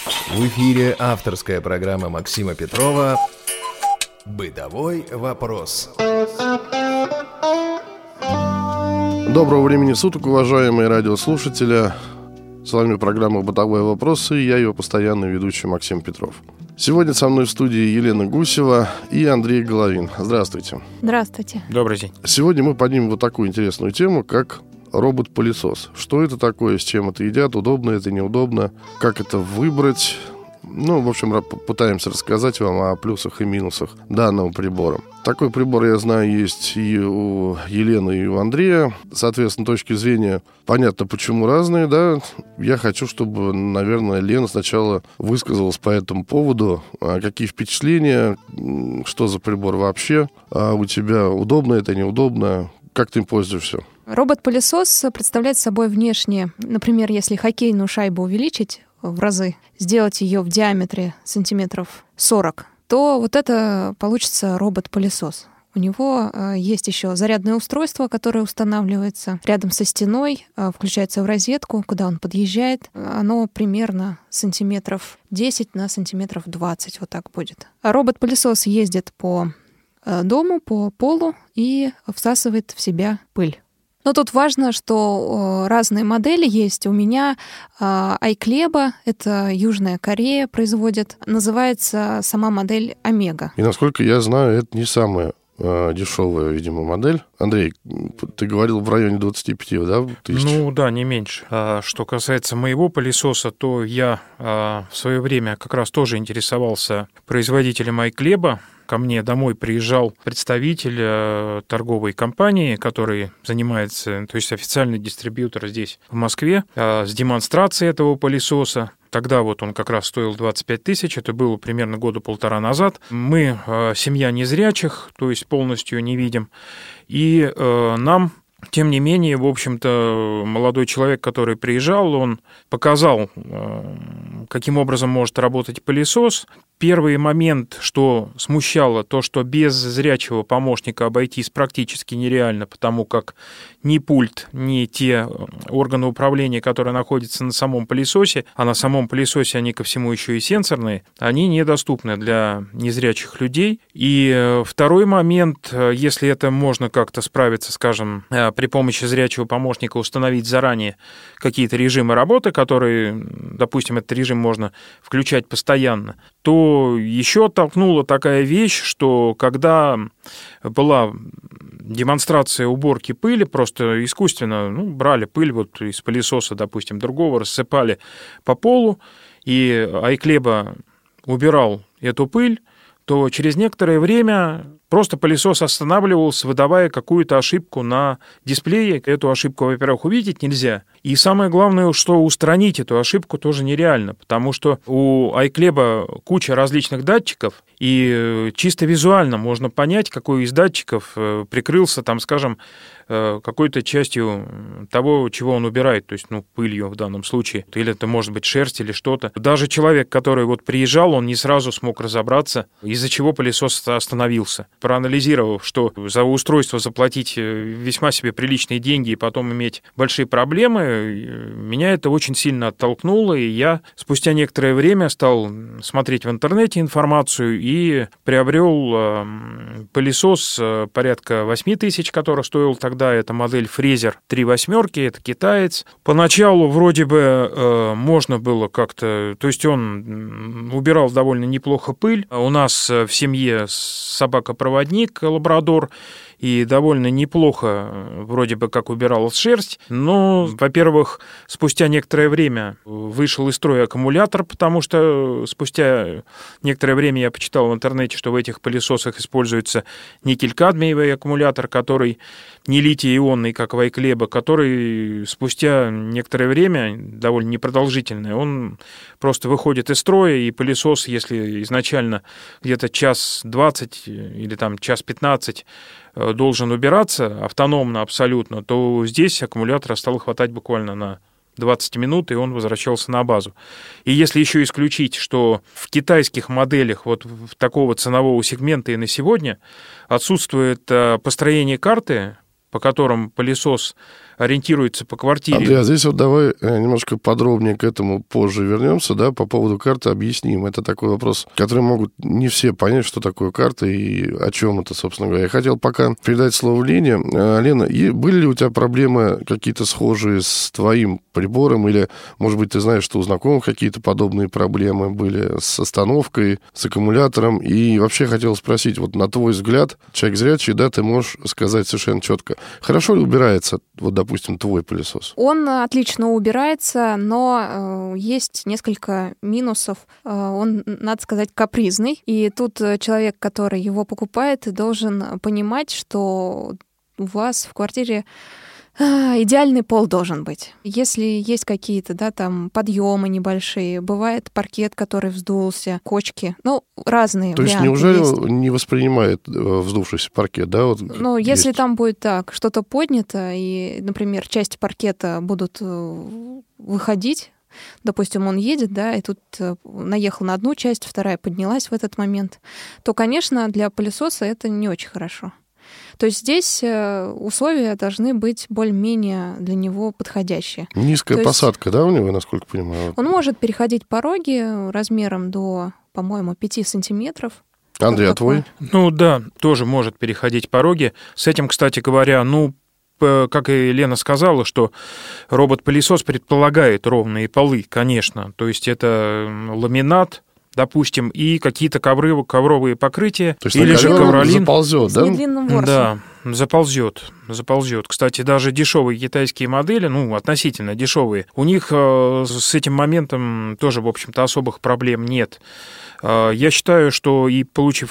В эфире авторская программа Максима Петрова «Бытовой вопрос». Доброго времени суток, уважаемые радиослушатели. С вами программа «Бытовой вопрос» и я ее постоянный ведущий Максим Петров. Сегодня со мной в студии Елена Гусева и Андрей Головин. Здравствуйте. Здравствуйте. Добрый день. Сегодня мы поднимем вот такую интересную тему, как робот-пылесос. Что это такое, с чем это едят, удобно это, неудобно, как это выбрать. В общем, пытаемся рассказать вам о плюсах и минусах данного прибора. Такой прибор, я знаю, есть и у Елены, и у Андрея. Соответственно, точки зрения понятно, почему разные, да. Я хочу, чтобы, наверное, Лена сначала высказалась по этому поводу. Какие впечатления, что за прибор вообще? У тебя удобно это, неудобно? Как ты им пользуешься? Робот-пылесос представляет собой внешне, например, если хоккейную шайбу увеличить в разы, сделать ее в диаметре сантиметров 40, то вот это получится робот-пылесос. У него есть еще зарядное устройство, которое устанавливается рядом со стеной, включается в розетку, куда он подъезжает. Оно примерно сантиметров 10 на сантиметров 20, вот так будет. А робот-пылесос ездит по дому, по полу и всасывает в себя пыль. Но тут важно, что разные модели есть. У меня iCleba, это Южная Корея производит, называется сама модель Омега. И насколько я знаю, это не самая дешевая, видимо, модель. Андрей, ты говорил в районе 25, да, тысяч? Да, не меньше. Что касается моего пылесоса, то я в свое время как раз тоже интересовался производителем iCleba. Ко мне домой приезжал представитель торговой компании, который занимается, то есть официальный дистрибьютор здесь, в Москве, с демонстрацией этого пылесоса. Тогда вот он как раз стоил 25 тысяч, это было примерно года полтора назад. Мы семья незрячих, то есть полностью не видим, и нам... Тем не менее, в общем-то, молодой человек, который приезжал, он показал, каким образом может работать пылесос. Первый момент, что смущало, то, что без зрячего помощника обойтись практически нереально, потому как ни пульт, ни те органы управления, которые находятся на самом пылесосе, а на самом пылесосе они ко всему еще и сенсорные, они недоступны для незрячих людей. И второй момент, если это можно как-то справиться, скажем, при помощи зрячего помощника установить заранее какие-то режимы работы, которые, допустим, этот режим можно включать постоянно, то еще оттолкнула такая вещь, что когда была демонстрация уборки пыли, просто искусственно брали пыль вот из пылесоса, допустим, другого, рассыпали по полу, и iCleba убирал эту пыль, то через некоторое время просто пылесос останавливался, выдавая какую-то ошибку на дисплее. Эту ошибку, во-первых, увидеть нельзя. И самое главное, что устранить эту ошибку тоже нереально, потому что у iCleba куча различных датчиков, и чисто визуально можно понять, какой из датчиков прикрылся, там, скажем, какой-то частью того, чего он убирает, то есть, пылью в данном случае, или это может быть шерсть или что-то. Даже человек, который вот приезжал, он не сразу смог разобраться, из-за чего пылесос остановился. Проанализировав, что за устройство заплатить весьма себе приличные деньги и потом иметь большие проблемы, меня это очень сильно оттолкнуло, и я спустя некоторое время стал смотреть в интернете информацию и приобрел пылесос порядка 8 тысяч, который стоил тогда, это модель Fraser 3/8, это китаец. Поначалу вроде бы можно было как-то, то есть он убирал довольно неплохо пыль. У нас в семье собака-проводник, лабрадор, и довольно неплохо вроде бы как убирал шерсть. Но, во-первых, спустя некоторое время вышел из строя аккумулятор, потому что спустя некоторое время я почитал в интернете, что в этих пылесосах используется никель-кадмиевый аккумулятор, который не литий-ионный, как в iCleba, который спустя некоторое время, довольно непродолжительное, он просто выходит из строя, и пылесос, если изначально где-то час 20 или там час 15 должен убираться автономно абсолютно, то здесь аккумулятора стало хватать буквально на 20 минут, и он возвращался на базу. И если еще исключить, что в китайских моделях вот такого ценового сегмента и на сегодня отсутствует построение карты, по которым пылесос ориентируется по квартире. Андрей, а здесь вот давай немножко подробнее к этому позже вернемся, да, по поводу карты объясним. Это такой вопрос, который могут не все понять, что такое карта и о чем это, собственно говоря. Я хотел пока передать слово Лене. Лена, и были ли у тебя проблемы какие-то схожие с твоим прибором, или, может быть, ты знаешь, что у знакомых какие-то подобные проблемы были с остановкой, с аккумулятором, и вообще хотел спросить, вот на твой взгляд, человек зрячий, да, ты можешь сказать совершенно четко, хорошо ли убирается, вот, допустим, твой пылесос? Он отлично убирается, но есть несколько минусов. Он, надо сказать, капризный, и тут человек, который его покупает, должен понимать, что у вас в квартире идеальный пол должен быть. Если есть какие-то, да, там подъемы небольшие, бывает паркет, который вздулся, кочки, разные То есть варианты неужели есть. не воспринимает вздувшийся паркет, да? Вот Если есть. там будет так, что-то поднято, и, например, части паркета будут выходить, допустим, он едет, да, и тут наехал на одну часть, вторая поднялась в этот момент, то, конечно, для пылесоса это не очень хорошо. То есть здесь условия должны быть более-менее для него подходящие. Низкая посадка, да, у него, насколько понимаю? Он может переходить пороги размером до, по-моему, 5 сантиметров. Андрей, а твой? Да, тоже может переходить пороги. С этим, кстати говоря, как и Лена сказала, что робот-пылесос предполагает ровные полы, конечно. То есть это ламинат, допустим, и какие-то ковровые покрытия. То есть или же ковролин. Заползет, да? С недлинным ворсом. Да, заползет. Кстати, даже дешевые китайские модели, относительно дешевые, у них с этим моментом тоже, в общем-то, особых проблем нет. Я считаю, что и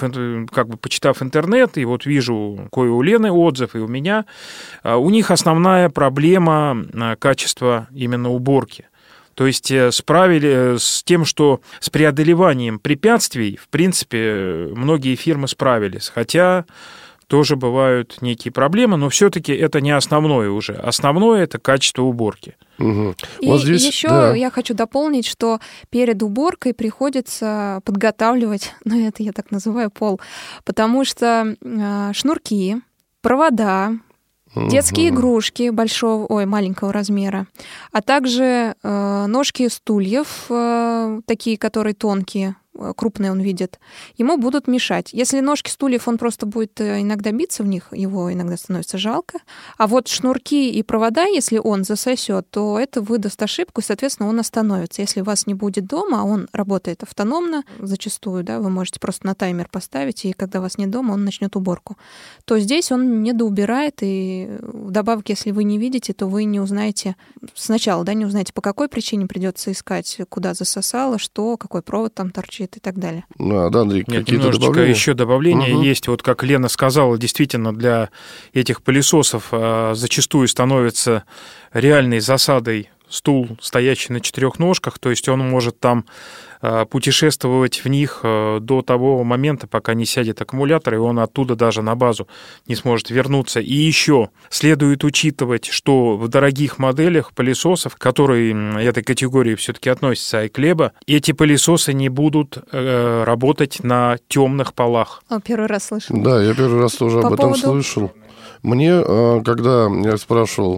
почитав интернет, и вот вижу у Лены отзыв, и у меня, у них основная проблема качества именно уборки. То есть справили с тем, что с преодолеванием препятствий, в принципе, многие фирмы справились. Хотя тоже бывают некие проблемы, но все-таки это не основное уже. Основное – это качество уборки. Угу. И еще я хочу дополнить, что перед уборкой приходится подготавливать, это я так называю, пол, потому что шнурки, провода, детские игрушки маленького размера, а также ножки стульев, такие, которые тонкие, крупные он видит, ему будут мешать. Если ножки стульев, он просто будет иногда биться в них, его иногда становится жалко. А вот шнурки и провода, если он засосет, то это выдаст ошибку, и, соответственно, он остановится. Если вас не будет дома, а он работает автономно, зачастую, да, вы можете просто на таймер поставить, и когда вас нет дома, он начнет уборку, то здесь он не доубирает, и вдобавок, если вы не видите, то вы не узнаете сначала, да, не узнаете, по какой причине придется искать, куда засосало, что, какой провод там торчит и так далее. Да, Андрей, Нет, какие-то немножечко еще добавления есть. Вот как Лена сказала, действительно, для этих пылесосов зачастую становится реальной засадой стул, стоящий на 4 ножках, то есть он может там путешествовать в них до того момента, пока не сядет аккумулятор, и он оттуда даже на базу не сможет вернуться. И еще следует учитывать, что в дорогих моделях пылесосов, которые этой категории все-таки относятся, iCleb, эти пылесосы не будут работать на темных полах. Первый раз слышал. Да, я первый раз тоже об этом слышал. Мне, когда я спрашивал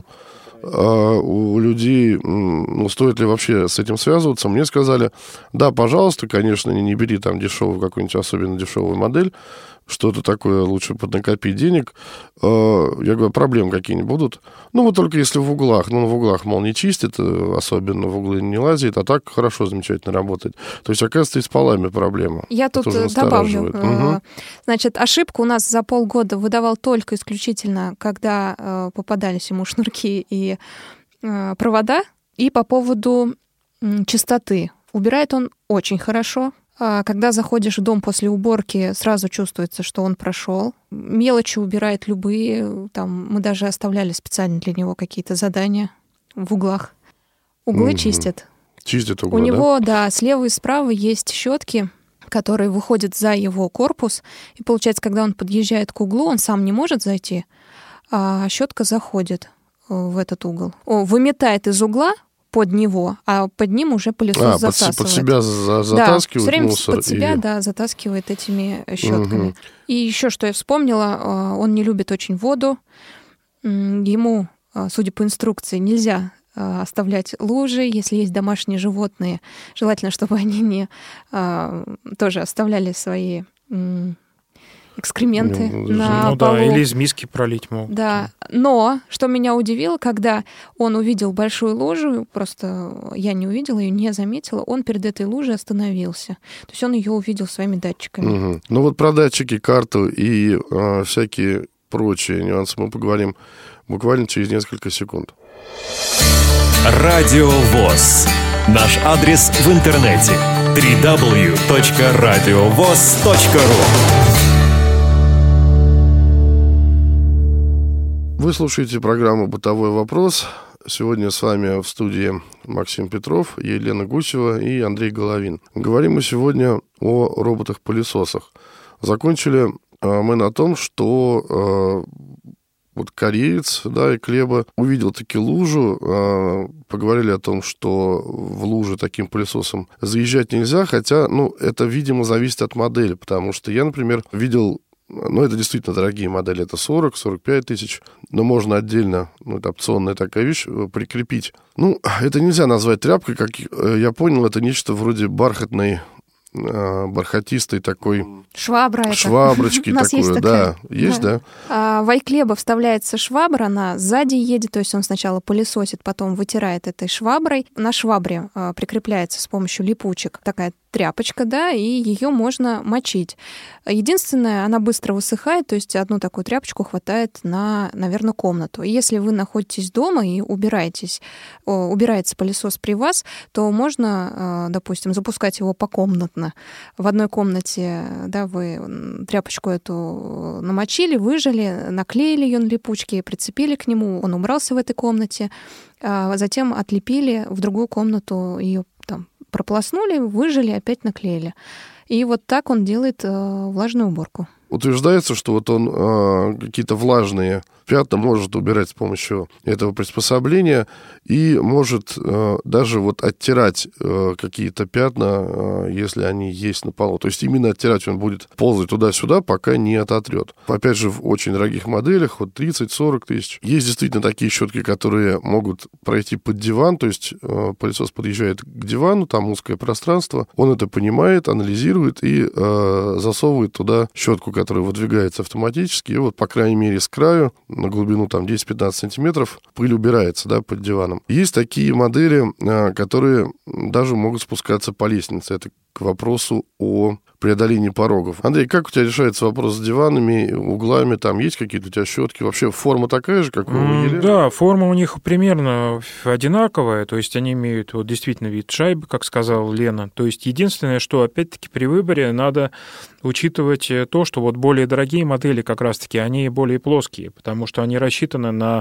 у людей, стоит ли вообще с этим связываться, мне сказали, да, пожалуйста, конечно, не бери там дешевую, какую-нибудь особенно дешевую модель, что-то такое, лучше поднакопить денег. Я говорю, проблем какие-нибудь будут? Вот только если в углах. В углах, мол, не чистит, особенно в углы не лазит, а так хорошо, замечательно работает. То есть, оказывается, и с полами проблема. Я тут добавлю. Значит, ошибку у нас за полгода выдавал только исключительно, когда попадались ему шнурки и провода. И по поводу чистоты. Убирает он очень хорошо. Когда заходишь в дом после уборки, сразу чувствуется, что он прошел. Мелочи убирает любые. Там мы даже оставляли специально для него какие-то задания в углах. Углы чистят. Чистят углы, У него, да, слева и справа есть щетки, которые выходят за его корпус. И получается, когда он подъезжает к углу, он сам не может зайти, а щетка заходит в этот угол. Выметает из угла под него, а под ним уже пылесос засасывает. Под себя затаскивает все время мусор. Под себя, затаскивает этими щетками. И еще что я вспомнила, он не любит очень воду. Ему судя по инструкции, нельзя оставлять лужи, если есть домашние животные. Желательно, чтобы они не тоже оставляли свои экскременты на полу. Да, или из миски пролить могут. Да, но что меня удивило, когда он увидел большую лужу, просто я не увидела ее, не заметила, он перед этой лужей остановился. То есть он ее увидел своими датчиками. Угу. Ну вот про датчики, карту и всякие прочие нюансы мы поговорим буквально через несколько секунд. Радио ВОС. Наш адрес в интернете www.radiovoz.ru. Вы слушаете программу «Бытовой вопрос». Сегодня с вами в студии Максим Петров, Елена Гусева и Андрей Головин. Говорим мы сегодня о роботах-пылесосах. Закончили мы на том, что вот кореец, да, и Клеба увидел таки лужу, поговорили о том, что в луже таким пылесосом заезжать нельзя, хотя, это, видимо, зависит от модели, потому что я, например, видел, это действительно дорогие модели, это 40-45 тысяч, но можно отдельно, это опционная такая вещь, прикрепить. Это нельзя назвать тряпкой, как я понял, это нечто вроде бархатистой такой... У Шваброчки нас такой, есть такая. Есть, да. В iCleb вставляется швабра, она сзади едет, то есть он сначала пылесосит, потом вытирает этой шваброй. На швабре прикрепляется с помощью липучек такая тряпочка, да, и ее можно мочить. Единственное, она быстро высыхает, то есть одну такую тряпочку хватает на, наверное, комнату. И если вы находитесь дома и убирается пылесос при вас, то можно, допустим, запускать его покомнатно. В одной комнате, да, вы тряпочку эту намочили, выжали, наклеили ее на липучки, прицепили к нему, он убрался в этой комнате, затем отлепили в другую комнату, ее там прополоснули, выжали, опять наклеили. И вот так он делает влажную уборку. Утверждается, что вот он какие-то влажные пятна может убирать с помощью этого приспособления и может даже вот оттирать какие-то пятна, если они есть на полу. То есть именно оттирать он будет ползать туда-сюда, пока не ототрет. Опять же, в очень дорогих моделях, вот 30-40 тысяч. Есть действительно такие щетки, которые могут пройти под диван, то есть пылесос подъезжает к дивану, там узкое пространство, он это понимает, анализирует и засовывает туда щетку, которая выдвигается автоматически, и вот, по крайней мере, с краю, на глубину там 10-15 сантиметров, пыль убирается, да, под диваном. Есть такие модели, которые даже могут спускаться по лестнице. Это к вопросу о преодолении порогов. Андрей, как у тебя решается вопрос с диванами, углами? Там есть какие-то у тебя щетки? Вообще форма такая же, как у Елены? Да, форма у них примерно одинаковая, то есть они имеют вот действительно вид шайбы, как сказала Лена. То есть единственное, что опять-таки при выборе надо учитывать то, что вот более дорогие модели как раз-таки, они более плоские, потому что они рассчитаны на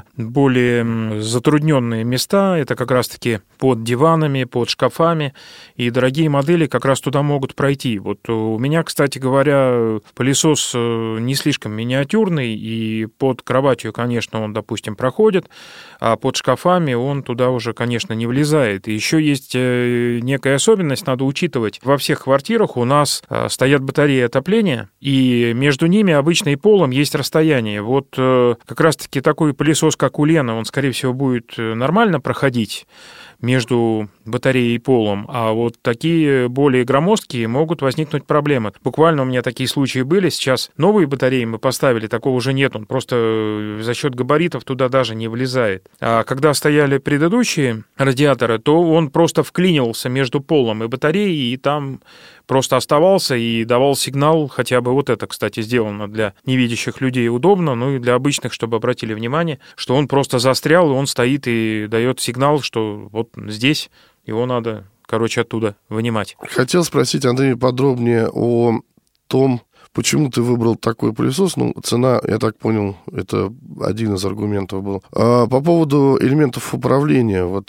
более затрудненные места, это как раз-таки под диванами, под шкафами, и дорогие модели как раз туда могут пройти. Вот у меня, кстати говоря, пылесос не слишком миниатюрный, и под кроватью, конечно, он, допустим, проходит, а под шкафами он туда уже, конечно, не влезает. И еще есть некая особенность, надо учитывать. Во всех квартирах у нас стоят батареи отопления, и между ними обычно и полом есть расстояние. Вот как раз-таки такой пылесос, как у Лены, он, скорее всего, будет нормально проходить между батареей и полом, а вот такие более громоздкие могут возникнуть проблемы. Буквально у меня такие случаи были. Сейчас новые батареи мы поставили, такого уже нет, он просто за счет габаритов туда даже не влезает. А когда стояли предыдущие радиаторы, то он просто вклинивался между полом и батареей, и там просто оставался и давал сигнал, хотя бы вот это, кстати, сделано для невидящих людей удобно, ну и для обычных, чтобы обратили внимание, что он просто застрял, и он стоит и дает сигнал, что вот здесь его надо, оттуда вынимать. Хотел спросить, Андрей, подробнее о том, почему ты выбрал такой пылесос. Цена, я так понял, это один из аргументов был. А по поводу элементов управления, вот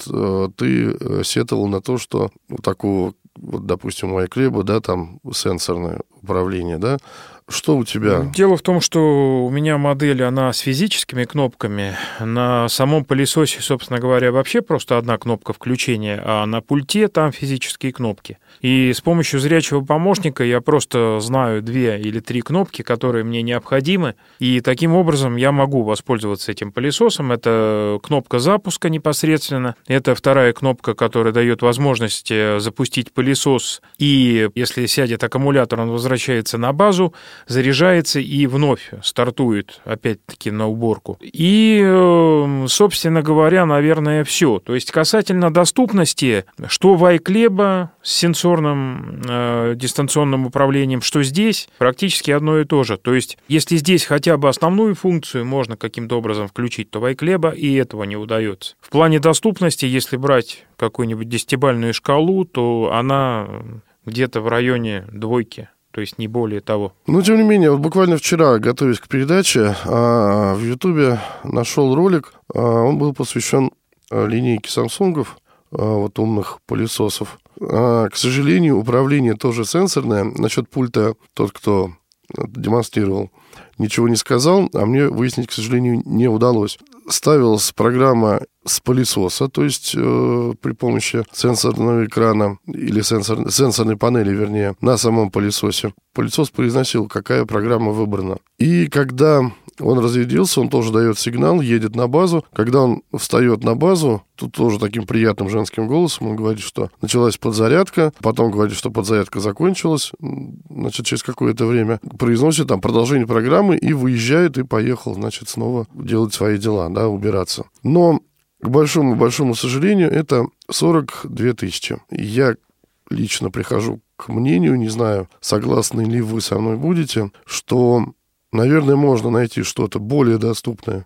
ты сетовал на то, что у такого, вот, допустим, у iCleb, да, там сенсорное управление, да, Что у тебя? Дело в том, что у меня модель, она с физическими кнопками. На самом пылесосе, собственно говоря, вообще просто одна кнопка включения, а на пульте там физические кнопки. И с помощью зрячего помощника я просто знаю 2 или 3 кнопки, которые мне необходимы, и таким образом я могу воспользоваться этим пылесосом. Это кнопка запуска непосредственно, это вторая кнопка, которая дает возможность запустить пылесос, и если сядет аккумулятор, он возвращается на базу, заряжается и вновь стартует, опять-таки, на уборку. И, собственно говоря, наверное, все. То есть касательно доступности, что в iCleb с сенсорным дистанционным управлением, что здесь, практически одно и то же. То есть если здесь хотя бы основную функцию можно каким-то образом включить, то в iCleb и этого не удается. В плане доступности, если брать какую-нибудь 10-бальную шкалу, то она где-то в районе 2. То есть не более того. Но, тем не менее, вот буквально вчера, готовясь к передаче, в Ютубе нашел ролик, он был посвящен линейке Самсунгов, вот умных пылесосов. К сожалению, управление тоже сенсорное. Насчет пульта тот, кто демонстрировал, ничего не сказал, а мне выяснить, к сожалению, не удалось. Ставилась программа с пылесоса, то есть при помощи сенсорного экрана или сенсорной панели, вернее, на самом пылесосе. Пылесос произносил, какая программа выбрана. И когда он разрядился, он тоже дает сигнал, едет на базу. Когда он встает на базу, тут тоже таким приятным женским голосом он говорит, что началась подзарядка, потом говорит, что подзарядка закончилась. Значит, через какое-то время произносит там продолжение программы и выезжает, и поехал, значит, снова делать свои дела, да, убираться. Но, к большому сожалению, это 42 тысячи. Я лично прихожу к мнению, не знаю, согласны ли вы со мной будете, что, наверное, можно найти что-то более доступное,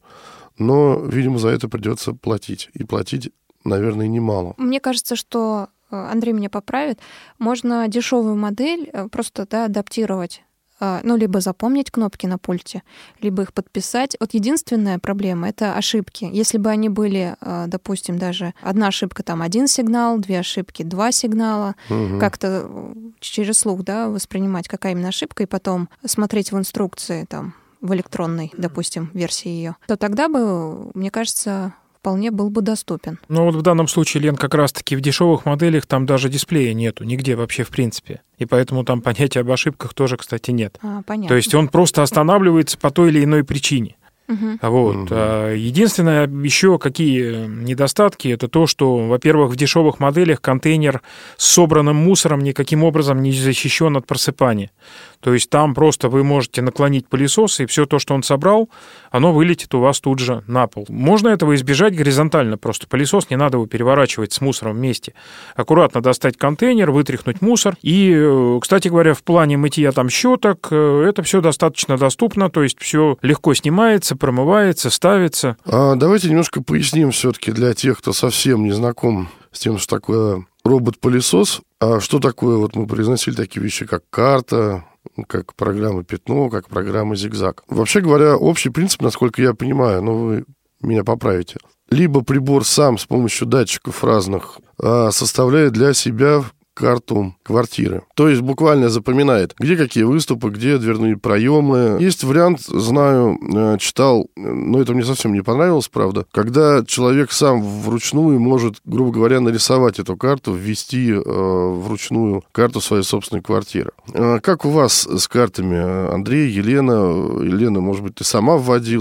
но, видимо, за это придется платить. И платить, наверное, немало. Мне кажется, что, Андрей меня поправит, можно дешевую модель просто адаптировать. Ну, либо запомнить кнопки на пульте, либо их подписать. Вот единственная проблема — это ошибки. Если бы они были, допустим, даже одна ошибка, там, 1 сигнал, 2 ошибки, 2 сигнала, как-то через слух, да, воспринимать, какая именно ошибка, и потом смотреть в инструкции, там, в электронной, допустим, версии ее, то тогда бы, мне кажется, вполне был бы доступен. Ну вот в данном случае, Лен, как раз-таки в дешевых моделях там даже дисплея нету, нигде вообще в принципе. И поэтому там понятия об ошибках тоже, кстати, нет. Понятно. То есть он просто останавливается по той или иной причине. Вот. Единственное, еще какие недостатки, это то, что, во-первых, в дешевых моделях контейнер с собранным мусором никаким образом не защищен от просыпания. То есть там просто вы можете наклонить пылесос, и все то, что он собрал, оно вылетит у вас тут же на пол. Можно этого избежать горизонтально просто. Пылесос не надо его переворачивать с мусором вместе. Аккуратно достать контейнер, вытряхнуть мусор. И, кстати говоря, в плане мытья там щеток, это все достаточно доступно, то есть все легко снимается, промывается, ставится. Давайте немножко поясним все-таки для тех, кто совсем не знаком с тем, что такое робот-пылесос. А что такое, вот мы произносили такие вещи, как карта, как программа «Пятно», как программа «Зигзаг». Вообще говоря, общий принцип, насколько я понимаю, но вы меня поправите, либо прибор сам с помощью датчиков разных составляет для себя карту квартиры. То есть буквально запоминает, где какие выступы, где дверные проемы. Есть вариант, знаю, читал, но это мне совсем не понравилось, правда, когда человек сам вручную может, грубо говоря, нарисовать эту карту, ввести вручную карту своей собственной квартиры. Как у вас с картами, Андрей, Елена? Елена, может быть, ты сама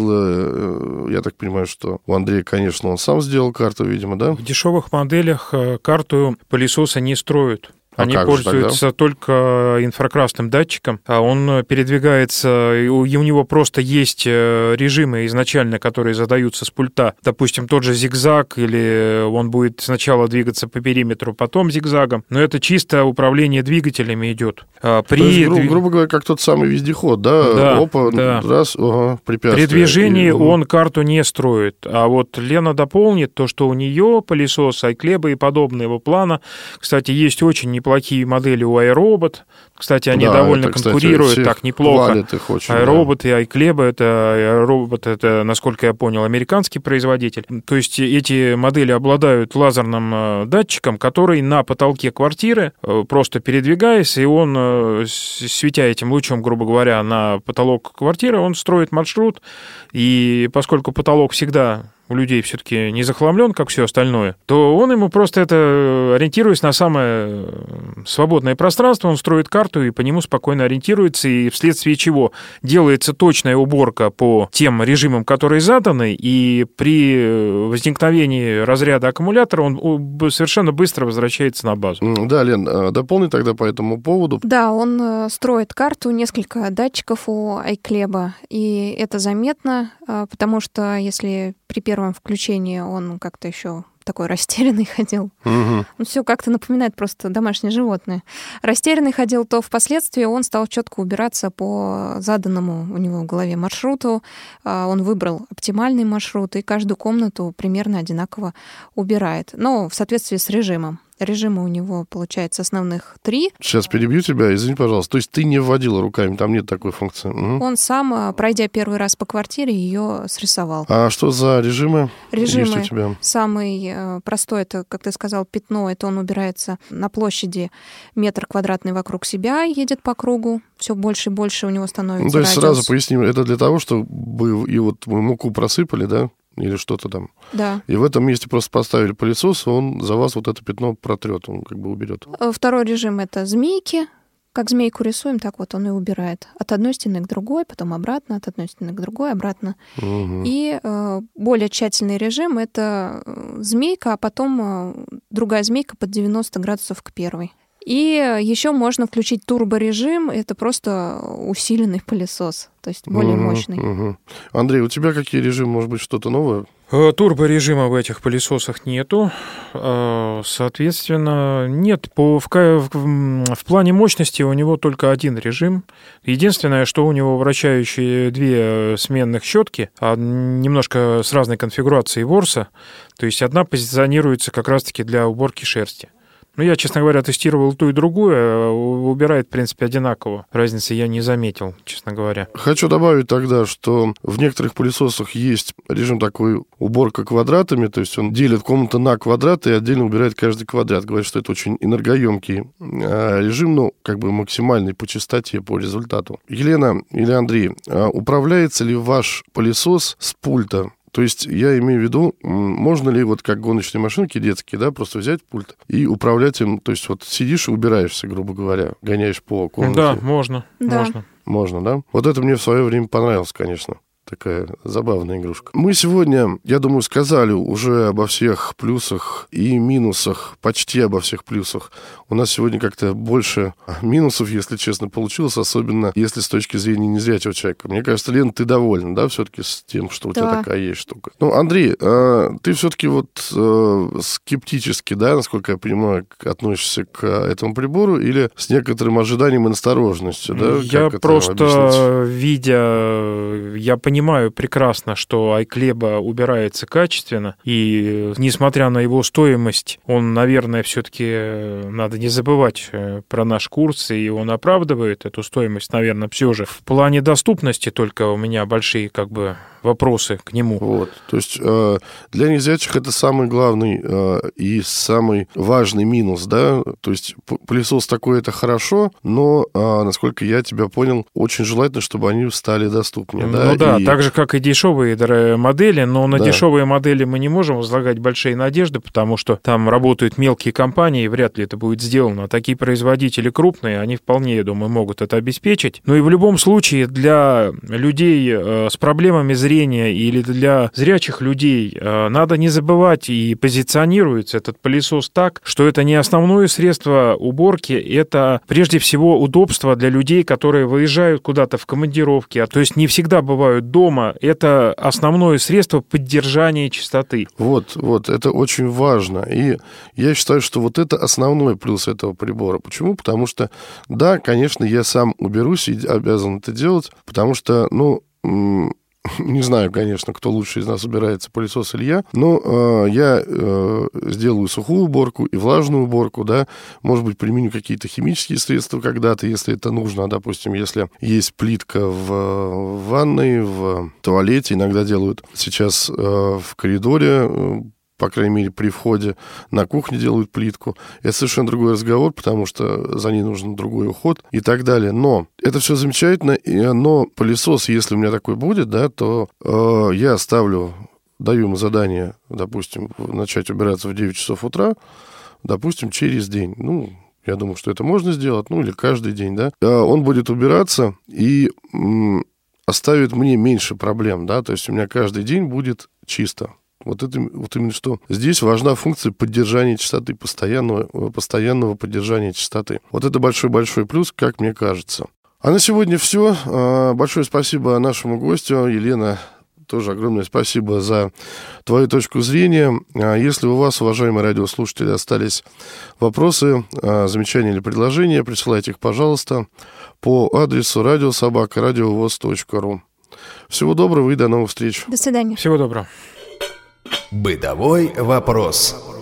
вводила? Я так понимаю, что у Андрея, конечно, он сам сделал карту, видимо, да? В дешевых моделях карту пылесоса не строят. Они пользуются только инфракрасным датчиком, а он передвигается, и у него просто есть режимы изначально, которые задаются с пульта. Допустим, тот же зигзаг, или он будет сначала двигаться по периметру, потом зигзагом. Но это чисто управление двигателями идет. То есть, грубо говоря, как тот самый вездеход, да? Да, опа, да. Раз, препятствие. При движении он карту не строит. А вот Лена дополнит то, что у нее пылесос, iCleb и подобного плана. Кстати, есть очень неплохой неплохие модели у iRobot. Кстати, они довольно конкурируют так неплохо. iRobot и iCleb, iRobot, это, насколько я понял, американский производитель. То есть эти модели обладают лазерным датчиком, который на потолке квартиры, просто передвигаясь, и он, светя этим лучом, грубо говоря, на потолок квартиры, он строит маршрут. И поскольку потолок всегда у людей все-таки не захламлен, как все остальное, то он ему просто это, ориентируясь на самое свободное пространство, он строит карту и по нему спокойно ориентируется, и вследствие чего делается точная уборка по тем режимам, которые заданы, и при возникновении разряда аккумулятора он совершенно быстро возвращается на базу. Да, Лен, дополни тогда по этому поводу. Да, он строит карту, несколько датчиков у iCleb, и это заметно, потому что если при первом включении он как-то еще такой растерянный ходил. Ну, все как-то напоминает просто домашнее животное. Растерянный ходил, то впоследствии он стал четко убираться по заданному у него в голове маршруту. Он выбрал оптимальный маршрут и каждую комнату примерно одинаково убирает. Но в соответствии с режимом. Режима у него, получается, основных 3. Сейчас перебью тебя, извини, пожалуйста. То есть ты не вводила руками, там нет такой функции? Он сам, пройдя первый раз по квартире, ее срисовал. А что за режимы? Режимы есть у тебя? Самый простой, это, как ты сказал, пятно, это он убирается на площади метр квадратный вокруг себя, едет по кругу, все больше и больше у него становится то есть радиус. Сразу поясним, это для того, чтобы и вот муку просыпали, да? Или что-то там. Да. И в этом месте просто поставили пылесос, и он за вас вот это пятно протрет, он как бы уберет. Второй режим — это змейки. Как змейку рисуем, так вот он и убирает. От одной стены к другой, потом обратно, от одной стены к другой, обратно. И более тщательный режим — это змейка, а потом другая змейка под 90 градусов к первой. И еще можно включить турборежим, это просто усиленный пылесос, то есть более мощный. Андрей, у тебя какие режимы, может быть, что-то новое? Турборежима в этих пылесосах нету, соответственно, нет. В плане мощности у него только один режим. Единственное, что у него вращающие 2 сменных щетки, немножко с разной конфигурацией ворса, то есть одна позиционируется как раз-таки для уборки шерсти. Ну, я, честно говоря, тестировал ту и другую, убирает, в принципе, одинаково. Разницы я не заметил, честно говоря. Хочу добавить тогда, что в некоторых пылесосах есть режим такой уборка квадратами, то есть он делит комнату на квадраты и отдельно убирает каждый квадрат. Говорит, что это очень энергоемкий режим, но как бы максимальный по частоте, по результату. Елена или Андрей, управляется ли ваш пылесос с пульта? То есть я имею в виду, можно ли вот как гоночные машинки детские, да, просто взять пульт и управлять им, то есть вот сидишь и убираешься, грубо говоря, гоняешь по комнате. Да, можно. Можно, да? Вот это мне в свое время понравилось, конечно. Такая забавная игрушка. Мы сегодня, я думаю, сказали уже обо всех плюсах и минусах, почти обо всех плюсах. У нас сегодня как-то больше минусов, если честно, получилось, особенно если с точки зрения незрячего человека. Мне кажется, Лена, ты довольна, да, все-таки с тем, что у тебя такая есть штука? Ну, Андрей, ты все-таки вот скептически, да, насколько я понимаю, относишься к этому прибору или с некоторым ожиданием и настороженностью, да? Я просто, я понимаю прекрасно, что iCleb убирается качественно, и несмотря на его стоимость, он, наверное, все-таки надо не забывать про наш курс, и он оправдывает эту стоимость, наверное, все же. В плане доступности только у меня большие как бы вопросы к нему. Вот. То есть для незрячих это самый главный и самый важный минус, да? То есть пылесос такой — это хорошо, но, насколько я тебя понял, очень желательно, чтобы они стали доступнее. Ну да, так же, как и дешевые модели, но на дешевые модели мы не можем возлагать большие надежды, потому что там работают мелкие компании, и вряд ли это будет сделано. А такие производители крупные, они вполне, я думаю, могут это обеспечить. Ну и в любом случае для людей с проблемами зрения или для зрячих людей надо не забывать, и позиционируется этот пылесос так, что это не основное средство уборки, это прежде всего удобство для людей, которые выезжают куда-то в командировки, то есть не всегда бывают дома, это основное средство поддержания чистоты. Вот, это очень важно. И я считаю, что вот это основной плюс этого прибора. Почему? Потому что, да, конечно, я сам уберусь и обязан это делать, потому что, Не знаю, конечно, кто лучше из нас убирается, пылесос или я, но я сделаю сухую уборку и влажную уборку, да, может быть, применю какие-то химические средства когда-то, если это нужно, допустим, если есть плитка в ванной, в туалете, иногда делают сейчас в коридоре, по крайней мере, при входе на кухне делают плитку. Это совершенно другой разговор, потому что за ней нужен другой уход и так далее. Но это все замечательно, но пылесос, если у меня такой будет, да, то я даю ему задание, допустим, начать убираться в 9 часов утра, допустим, через день. Ну, я думаю, что это можно сделать, ну, или каждый день, да. Он будет убираться и оставит мне меньше проблем, да, то есть у меня каждый день будет чисто. Вот именно что. Здесь важна функция поддержания чистоты, постоянного поддержания чистоты. Вот это большой-большой плюс, как мне кажется. А на сегодня все. Большое спасибо нашему гостю. Елена, тоже огромное спасибо за твою точку зрения. Если у вас, уважаемые радиослушатели, остались вопросы, замечания или предложения, присылайте их, пожалуйста, по адресу radiosobaka.radiovoz.ru. Всего доброго и до новых встреч. До свидания. Всего доброго. Бытовой вопрос.